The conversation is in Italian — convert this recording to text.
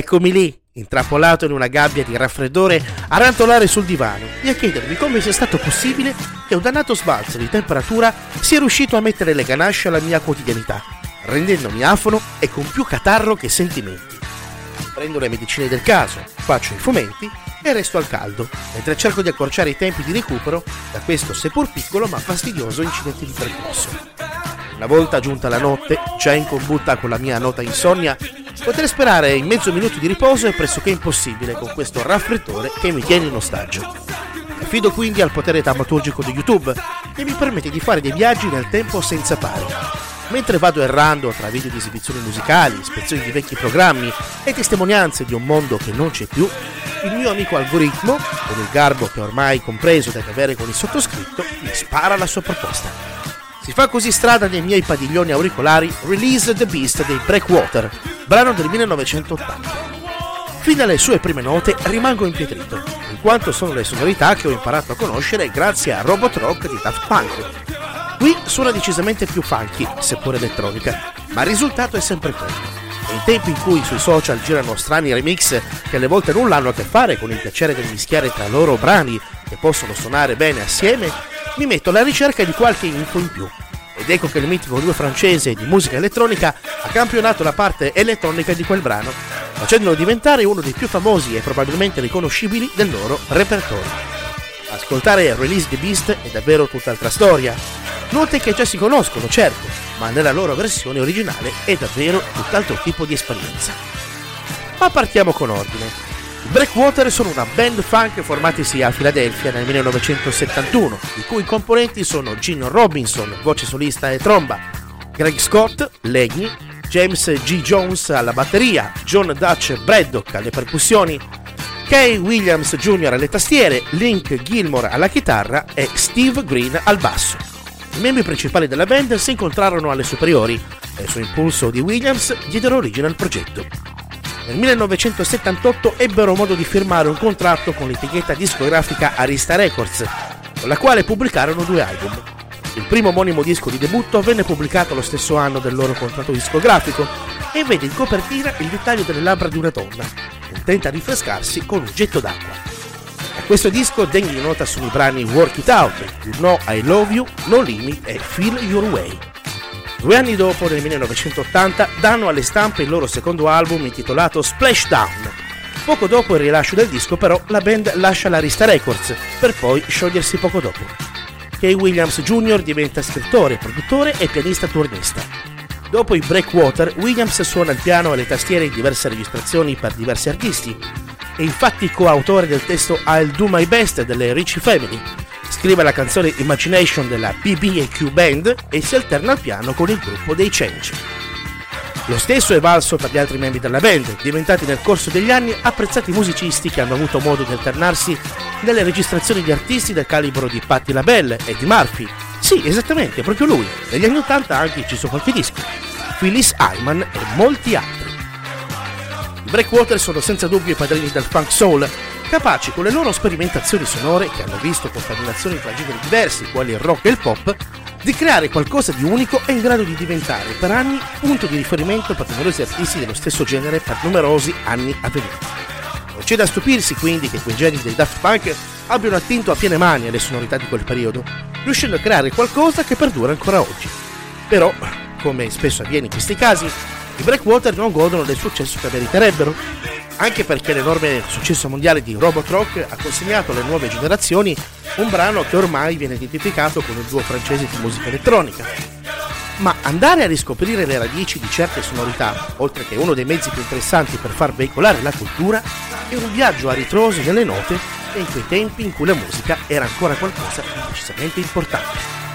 Eccomi lì, intrappolato in una gabbia di raffreddore, a rantolare sul divano e a chiedermi come sia stato possibile che un dannato sbalzo di temperatura sia riuscito a mettere le ganasce alla mia quotidianità, rendendomi afono e con più catarro che sentimenti. Prendo le medicine del caso, faccio i fumenti e resto al caldo, mentre cerco di accorciare i tempi di recupero da questo seppur piccolo ma fastidioso incidente di percorso. Una volta giunta la notte, già in combutta con la mia nota insonnia, poter sperare in mezzo minuto di riposo è pressoché impossibile con questo raffreddore che mi tiene in ostaggio. Mi affido quindi al potere drammaturgico di YouTube, che mi permette di fare dei viaggi nel tempo senza pari. Mentre vado errando tra video di esibizioni musicali, ispezioni di vecchi programmi e testimonianze di un mondo che non c'è più, il mio amico algoritmo, con il garbo che ormai compreso deve avere con il sottoscritto, mi spara la sua proposta. Si fa così strada nei miei padiglioni auricolari Release the Beast dei Breakwater, brano del 1980. Fin dalle sue prime note rimango impietrito, in quanto sono le sonorità che ho imparato a conoscere grazie a Robot Rock di Daft Punk. Qui suona decisamente più funky, seppur elettronica, ma il risultato è sempre quello. E in tempi in cui sui social girano strani remix che alle volte nulla hanno a che fare con il piacere del mischiare tra loro brani che possono suonare bene assieme, mi metto alla ricerca di qualche info in più. Ed ecco che il mitico duo francese di musica elettronica ha campionato la parte elettronica di quel brano, facendolo diventare uno dei più famosi e probabilmente riconoscibili del loro repertorio. Ascoltare Release the Beast è davvero tutt'altra storia. Note che già si conoscono, certo, ma nella loro versione originale è davvero tutt'altro tipo di esperienza. Ma partiamo con ordine. I Breakwater sono una band funk formatisi a Filadelfia nel 1971, i cui componenti sono Gino Robinson, voce solista e tromba, Greg Scott, legni, James G. Jones alla batteria, John Dutch Braddock alle percussioni, Kay Williams Jr. alle tastiere, Link Gilmore alla chitarra e Steve Green al basso. I membri principali della band si incontrarono alle superiori e su impulso di Williams diedero origine al progetto. Nel 1978 ebbero modo di firmare un contratto con l'etichetta discografica Arista Records, con la quale pubblicarono 2 album. Il primo omonimo disco di debutto venne pubblicato lo stesso anno del loro contratto discografico e vede in copertina il dettaglio delle labbra di una donna, che tenta di rinfrescarsi con un getto d'acqua. A questo disco degni di nota sono i brani Work It Out, You Know I Love You, No Limit e Feel Your Way. 2 anni dopo, nel 1980, danno alle stampe il loro secondo album intitolato Splashdown. Poco dopo il rilascio del disco, però, la band lascia l'Arista Records, per poi sciogliersi poco dopo. Kay Williams Jr. diventa scrittore, produttore e pianista turnista. Dopo i Breakwater, Williams suona il piano e le tastiere in diverse registrazioni per diversi artisti, è infatti coautore del testo I'll Do My Best delle Ricci Family, scrive la canzone Imagination della BB&Q Band e si alterna al piano con il gruppo dei Change. Lo stesso è valso per gli altri membri della band, diventati nel corso degli anni apprezzati musicisti che hanno avuto modo di alternarsi nelle registrazioni di artisti del calibro di Patti LaBelle e di Murphy. Sì, esattamente, proprio lui. Negli anni 80 ha anche inciso qualche disco, Phyllis Hyman e molti altri. I Breakwater sono senza dubbio i padrini del funk soul, capaci con le loro sperimentazioni sonore, che hanno visto contaminazioni tra generi diversi, quali il rock e il pop, di creare qualcosa di unico e in grado di diventare per anni punto di riferimento per numerosi artisti dello stesso genere per numerosi anni a venire. Non c'è da stupirsi quindi che quei geni dei Daft Punk abbiano attinto a piene mani alle sonorità di quel periodo, riuscendo a creare qualcosa che perdura ancora oggi. Però, come spesso avviene in questi casi, i Breakwater non godono del successo che meriterebbero, anche perché l'enorme successo mondiale di Robot Rock ha consegnato alle nuove generazioni un brano che ormai viene identificato come il duo francese di musica elettronica. Ma andare a riscoprire le radici di certe sonorità, oltre che uno dei mezzi più interessanti per far veicolare la cultura, è un viaggio a ritroso nelle note e in quei tempi in cui la musica era ancora qualcosa di decisamente importante.